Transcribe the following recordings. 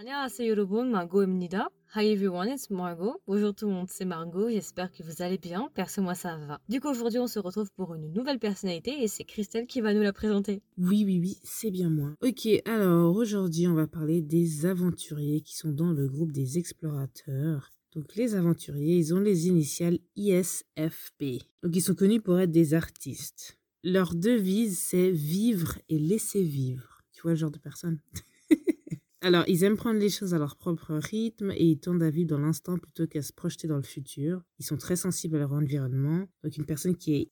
안녕하세요 여러분, Margot입니다. Hi everyone, it's Margot. Bonjour tout le monde, c'est Margot. J'espère que vous allez bien. Perso, moi ça va. Du coup, aujourd'hui, on se retrouve pour une nouvelle personnalité et c'est Christelle qui va nous la présenter. Oui, c'est bien moi. Ok, alors aujourd'hui, on va parler des aventuriers qui sont dans le groupe des explorateurs. Donc les aventuriers, ils ont les initiales ISFP. Donc ils sont connus pour être des artistes. Leur devise, c'est vivre et laisser vivre. Tu vois le genre de personne? Alors, ils aiment prendre les choses à leur propre rythme et ils tendent à vivre dans l'instant plutôt qu'à se projeter dans le futur. Ils sont très sensibles à leur environnement. Donc, une personne qui est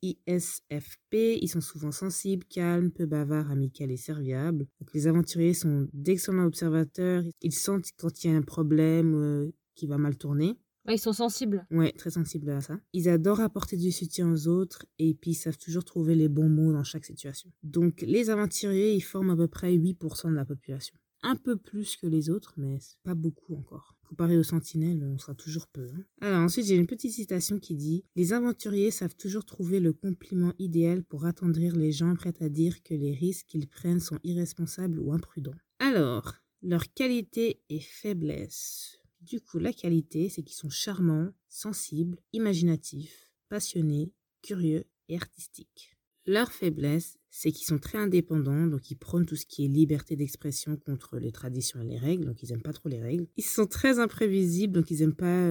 ISFP, ils sont souvent sensibles, calmes, peu bavards, amicales et serviables. Donc, les aventuriers sont d'excellents observateurs. Ils sentent quand il y a un problème qui va mal tourner. Ouais, ils sont sensibles. Ouais, très sensibles à ça. Ils adorent apporter du soutien aux autres et puis ils savent toujours trouver les bons mots dans chaque situation. Donc, les aventuriers, ils forment à peu près 8% de la population. Un peu plus que les autres, mais c'est pas beaucoup encore. Comparé aux sentinelles, on sera toujours peu. Alors ensuite, j'ai une petite citation qui dit « Les aventuriers savent toujours trouver le compliment idéal pour attendrir les gens prêts à dire que les risques qu'ils prennent sont irresponsables ou imprudents. » Alors, leurs qualités et faiblesses. Du coup, la qualité, c'est qu'ils sont charmants, sensibles, imaginatifs, passionnés, curieux et artistiques. Leur faiblesse, c'est qu'ils sont très indépendants, donc ils prônent tout ce qui est liberté d'expression contre les traditions et les règles, donc ils n'aiment pas trop les règles. Ils sont très imprévisibles, donc ils n'aiment pas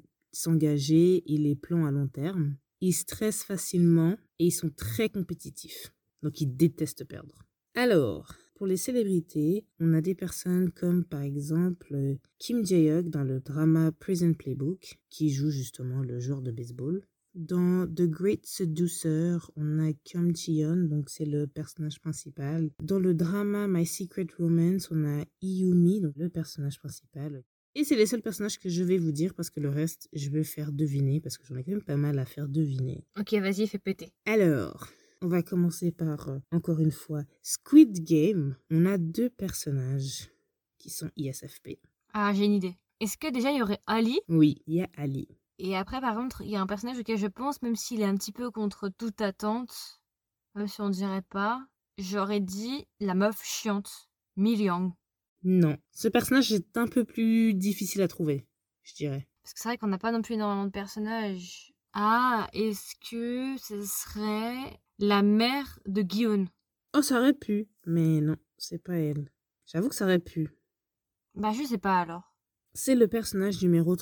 s'engager et les plans à long terme. Ils stressent facilement et ils sont très compétitifs, donc ils détestent perdre. Alors, pour les célébrités, on a des personnes comme par exemple Kim Jae-hyuk dans le drama Prison Playbook, qui joue justement le joueur de baseball. Dans The Great Seducer, on a Kim Ji-yeon, donc c'est le personnage principal. Dans le drama My Secret Romance, on a Iyumi, donc le personnage principal. Et c'est les seuls personnages que je vais vous dire parce que le reste, je vais faire deviner parce que j'en ai quand même pas mal à faire deviner. Ok, vas-y, fais péter. Alors, on va commencer par, encore une fois, Squid Game. On a 2 personnages qui sont ISFP. Ah, j'ai une idée. Est-ce que déjà il y aurait Ali? Oui, il y a Ali. Et après, par contre, il y a un personnage auquel je pense, même s'il est un petit peu contre toute attente, même si on dirait pas, j'aurais dit la meuf chiante, Mi Liang. Non, ce personnage est un peu plus difficile à trouver, je dirais. Parce que c'est vrai qu'on n'a pas non plus énormément de personnages. Ah, est-ce que ce serait la mère de Guillaume? Oh, ça aurait pu, mais non, c'est pas elle. J'avoue que ça aurait pu. Bah, je sais pas alors. C'est le personnage numéro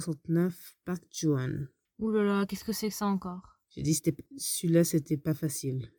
369, Park Ji-won. Ouh là là, qu'est-ce que c'est que ça encore? J'ai dit celui-là, c'était pas facile.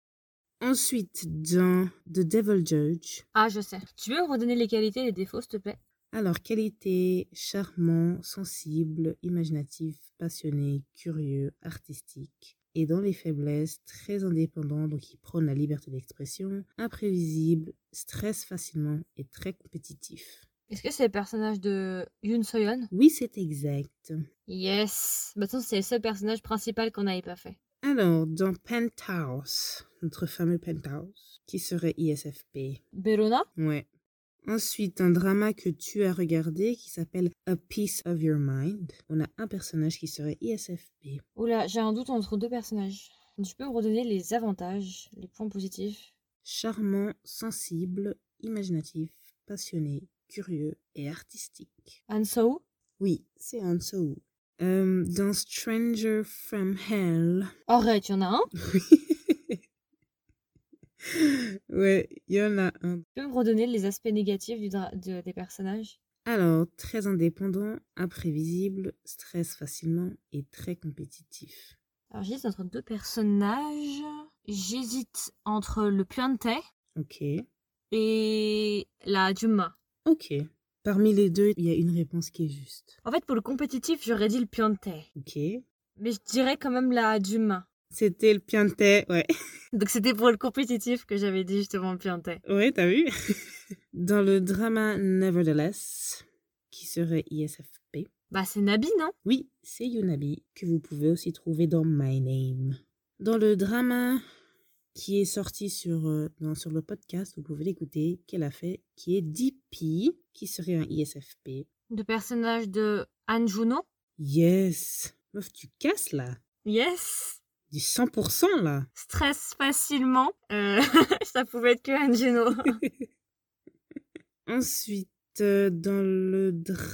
Ensuite, dans The Devil Judge. Ah, je sais. Tu veux me redonner les qualités et les défauts, s'il te plaît? Alors, qualité, charmant, sensible, imaginatif, passionné, curieux, artistique. Et dans les faiblesses, très indépendant, donc il prône la liberté d'expression, imprévisible, stresse facilement et très compétitif. Est-ce que c'est le personnage de Yoon So-yeon? Oui, c'est exact. Yes. Bah, de toute façon, c'est le seul personnage principal qu'on n'avait pas fait. Alors, dans Penthouse, notre fameux Penthouse, qui serait ISFP? Bellona? Ouais. Ensuite, un drama que tu as regardé qui s'appelle A Piece of Your Mind. On a un personnage qui serait ISFP. Oula, j'ai un doute entre 2 personnages. Tu peux me redonner les avantages, les points positifs? Charmant, sensible, imaginatif, passionné, curieux et artistique. Han So? Oui, c'est Han So. Dans Stranger from Hell. Arrête, il y en a un? Ouais, il y en a un. Tu peux me redonner les aspects négatifs des personnages? Alors, très indépendant, imprévisible, stresse facilement et très compétitif. Alors, j'hésite entre 2 personnages. J'hésite entre le Puente Ok. et la Juma. Ok. Parmi les deux, il y a une réponse qui est juste. En fait, pour le compétitif, j'aurais dit le Puente. Ok. Mais je dirais quand même la Juma. C'était le Piante, ouais. Donc, c'était pour le compétitif que j'avais dit justement le Puente. Ouais, t'as vu? Dans le drama Nevertheless, qui serait ISFP. Bah, c'est Nabi, non? Oui, c'est Yunabi, que vous pouvez aussi trouver dans My Name. Dans le drama qui est sorti sur le podcast, vous pouvez l'écouter, qu'elle a fait, qui est DP, qui serait un ISFP. Le personnage de Han Juno? Yes! Meuf, tu casses là! Yes! Du 100% là! Stresse facilement. Ça pouvait être que Han Juno. Ensuite, dans le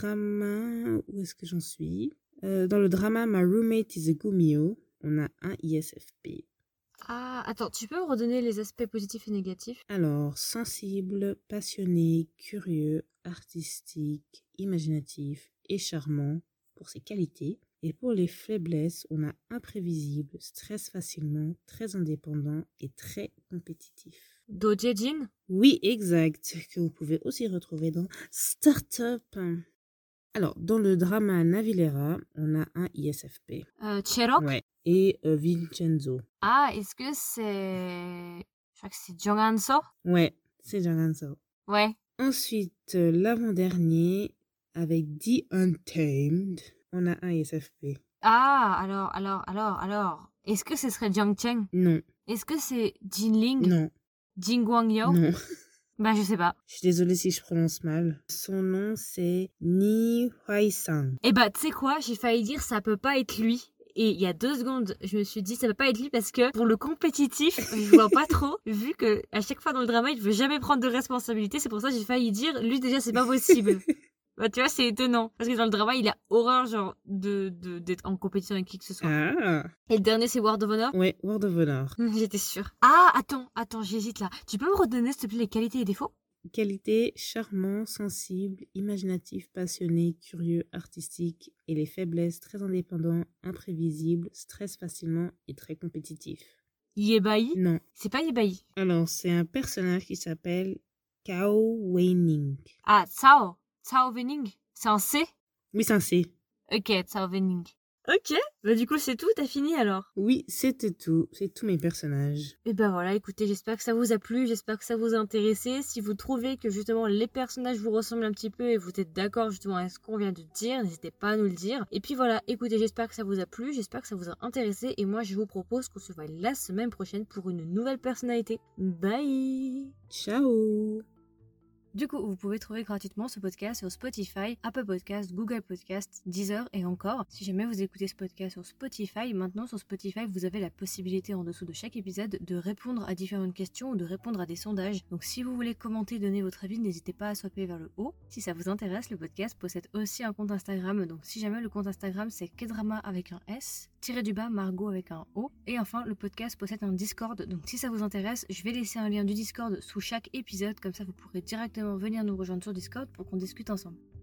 drama, où est-ce que j'en suis? Dans le drama My Roommate is a Gumio, on a un ISFP. Ah, attends, tu peux me redonner les aspects positifs et négatifs? Alors, sensible, passionné, curieux, artistique, imaginatif et charmant pour ses qualités. Et pour les faiblesses, on a imprévisible, stresse facilement, très indépendant et très compétitif. Dojejin? Oui, exact, que vous pouvez aussi retrouver dans Startup. Alors, dans le drama Navilera, on a un ISFP. Cherok? Ouais. Et Vincenzo. Ah, est-ce que c'est... Je crois que c'est Jonghanso? Ouais, c'est Janganso. Ouais. Ensuite, l'avant-dernier, avec The Untamed, on a un ISFP. Ah, alors. Est-ce que ce serait Jiang Cheng? Non, Est-ce que c'est Jinling? non, Jin Guangyo? non. Bah, je sais pas. Je suis désolée si je prononce mal. Son nom, c'est Ni Huai-sang. Eh bah, tu sais quoi? J'ai failli dire ça peut pas être lui. Et il y a 2 secondes, je me suis dit ça peut pas être lui parce que pour le compétitif, je vois pas trop, vu que à chaque fois dans le drama, il veut jamais prendre de responsabilité. C'est pour ça que j'ai failli dire lui déjà c'est pas possible. Bah tu vois, c'est étonnant parce que dans le drama, il a horreur genre d'être en compétition avec qui que ce soit. Ah, Et le dernier c'est Word of Honor. ouais, Word of Honor. J'étais sûre. Ah, attends, j'hésite là. Tu peux me redonner s'il te plaît les qualités et défauts? Qualité, charmant, sensible, imaginatif, passionné, curieux, artistique. Et les faiblesses, très indépendant, imprévisible, stresse facilement et très compétitif. Yebai? Non. C'est pas Yebai. Alors, c'est un personnage qui s'appelle Cao Weining. Ah, Cao Wening. C'est un C? Oui, c'est un C. Ok, Cao Wening. Ok, bah du coup c'est tout, t'as fini alors? Oui, c'était tout. C'est tous mes personnages. Et ben voilà, écoutez, j'espère que ça vous a plu, j'espère que ça vous a intéressé. Si vous trouvez que justement les personnages vous ressemblent un petit peu et vous êtes d'accord justement avec ce qu'on vient de dire, n'hésitez pas à nous le dire. Et puis voilà, écoutez, j'espère que ça vous a plu, j'espère que ça vous a intéressé. Et moi je vous propose qu'on se voit la semaine prochaine pour une nouvelle personnalité. Bye! Ciao! Du coup, vous pouvez trouver gratuitement ce podcast sur Spotify, Apple Podcasts, Google Podcasts, Deezer et encore. Si jamais vous écoutez ce podcast sur Spotify, maintenant sur Spotify, vous avez la possibilité en dessous de chaque épisode de répondre à différentes questions ou de répondre à des sondages. Donc si vous voulez commenter, donner votre avis, n'hésitez pas à swiper vers le haut. Si ça vous intéresse, le podcast possède aussi un compte Instagram. Donc si jamais le compte Instagram c'est Kedrama avec un S, _ Margot avec un O. Et enfin, le podcast possède un Discord. Donc si ça vous intéresse, je vais laisser un lien du Discord sous chaque épisode. Comme ça, vous pourrez directement venir nous rejoindre sur Discord pour qu'on discute ensemble.